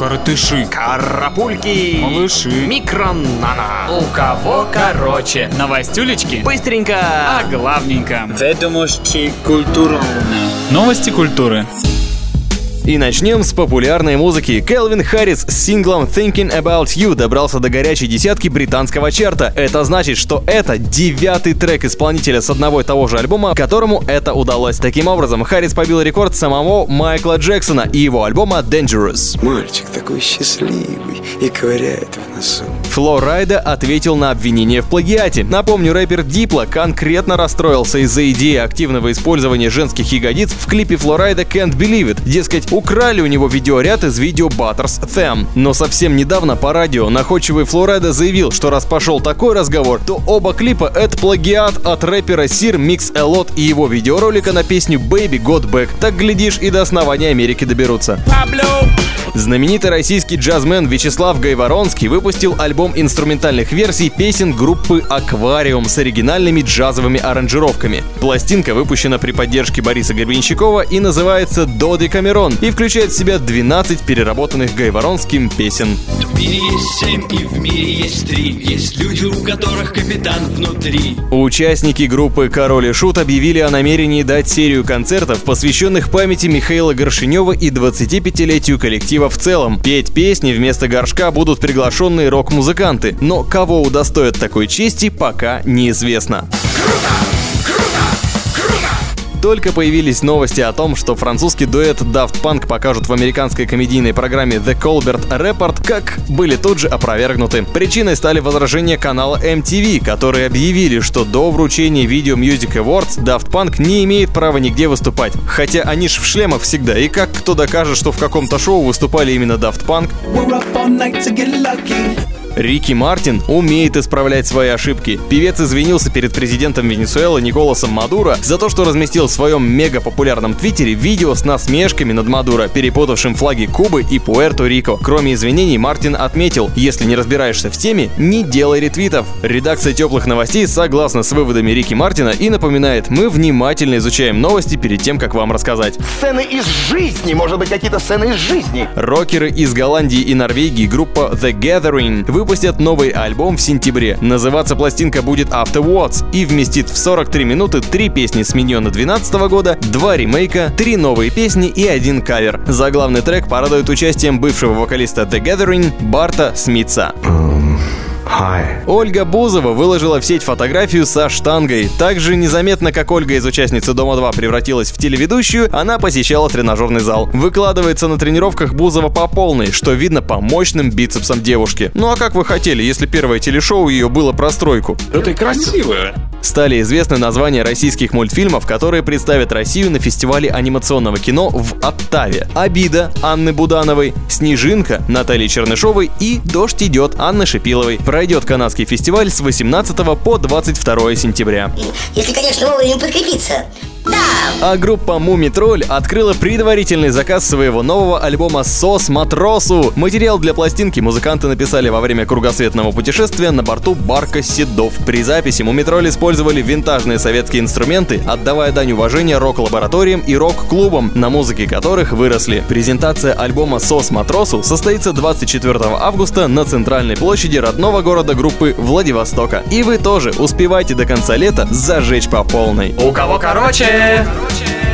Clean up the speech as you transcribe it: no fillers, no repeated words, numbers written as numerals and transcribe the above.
Коротыши, карапульки, малыши, микронано. У кого короче? Новостюлечки? Быстренько, А главненько. Ведомости культурно. Новости культуры. И начнем с популярной музыки. Кэлвин Харрис с синглом Thinking About You добрался до горячей десятки британского чарта. Это значит, что это 9-й трек исполнителя с одного и того же альбома, которому это удалось. Таким образом, Харрис побил рекорд самого Майкла Джексона и его альбома Dangerous. Мальчик такой счастливый и ковыряет в носу. Фло Райда ответил на обвинение в плагиате. Напомню, рэпер Дипло конкретно расстроился из-за идеи активного использования женских ягодиц в клипе Фло Райда Can't Believe It. Дескать, украли у него видеоряд из видео Butters Them. Но совсем недавно по радио находчивый Фло Райда заявил, что раз пошел такой разговор, то оба клипа — это плагиат от рэпера Sir Mix-a-Lot и его видеоролика на песню Baby Got Back. Так, глядишь, и до основания Америки доберутся. Знаменитый российский джазмен Вячеслав Гайворонский выпустил альбом инструментальных версий песен группы «Аквариум» с оригинальными джазовыми аранжировками. Пластинка выпущена при поддержке Бориса Гребенщикова и называется «Додекамерон» и включает в себя 12 переработанных Гайворонским песен. В мире есть 7 и в мире есть 3. Есть люди, у которых капитан внутри. Участники группы «Король и Шут» объявили о намерении дать серию концертов, посвященных памяти Михаила Горшенева и 25-летию коллектива в целом. Петь песни вместо горшка будут приглашенные рок-музыканты, но кого удостоят такой чести, пока неизвестно. Только появились новости о том, что французский дуэт Daft Punk покажут в американской комедийной программе The Colbert Report, как были тут же опровергнуты. Причиной стали возражения канала MTV, которые объявили, что до вручения Video Music Awards Daft Punk не имеет права нигде выступать. Хотя они ж в шлемах всегда, и как кто докажет, что в каком-то шоу выступали именно Daft Punk? Рики Мартин умеет исправлять свои ошибки. Певец извинился перед президентом Венесуэлы Николасом Мадуро за то, что разместил в своем мега-популярном твиттере видео с насмешками над Мадуро, перепутавшим флаги Кубы и Пуэрто-Рико. Кроме извинений, Мартин отметил: если не разбираешься в теме, не делай ретвитов. Редакция «Теплых новостей» согласна с выводами Рики Мартина и напоминает: мы внимательно изучаем новости перед тем, как вам рассказать. Сцены из жизни, может быть, какие-то сцены из жизни. Рокеры из Голландии и Норвегии, группа The Gathering, выпустят новый альбом в сентябре. Называться пластинка будет Afterwards и вместит в 43 минуты 3 песни с Миньона 2012 года, 2 ремейка, 3 новые песни и 1 кавер. Заглавный трек порадует участием бывшего вокалиста The Gathering Барта Смитса. Ольга Бузова выложила в сеть фотографию со штангой. Так же незаметно, как Ольга из участницы «Дома-2» превратилась в телеведущую, она посещала тренажерный зал. Выкладывается на тренировках Бузова по полной, что видно по мощным бицепсам девушки. Ну а как вы хотели, если первое телешоу ее было про стройку? Это красиво. Стали известны названия российских мультфильмов, которые представят Россию на фестивале анимационного кино в Оттаве. «Обида» Анны Будановой, «Снежинка» Натальи Чернышовой и «Дождь идет» Анны Шипиловой. Пройдет канадский фестиваль с 18 по 22 сентября. Если, конечно, вовремя подкрепиться. Да! А группа Мумий Тролль открыла предварительный заказ своего нового альбома «Сос Матросу». Материал для пластинки музыканты написали во время кругосветного путешествия на борту барка Седов. При записи Мумий Тролль использовали винтажные советские инструменты, отдавая дань уважения рок-лабораториям и рок-клубам, на музыке которых выросли. Презентация альбома «Сос Матросу» состоится 24 августа на центральной площади родного города группы Владивостока. И вы тоже успевайте до конца лета зажечь по полной. У кого короче?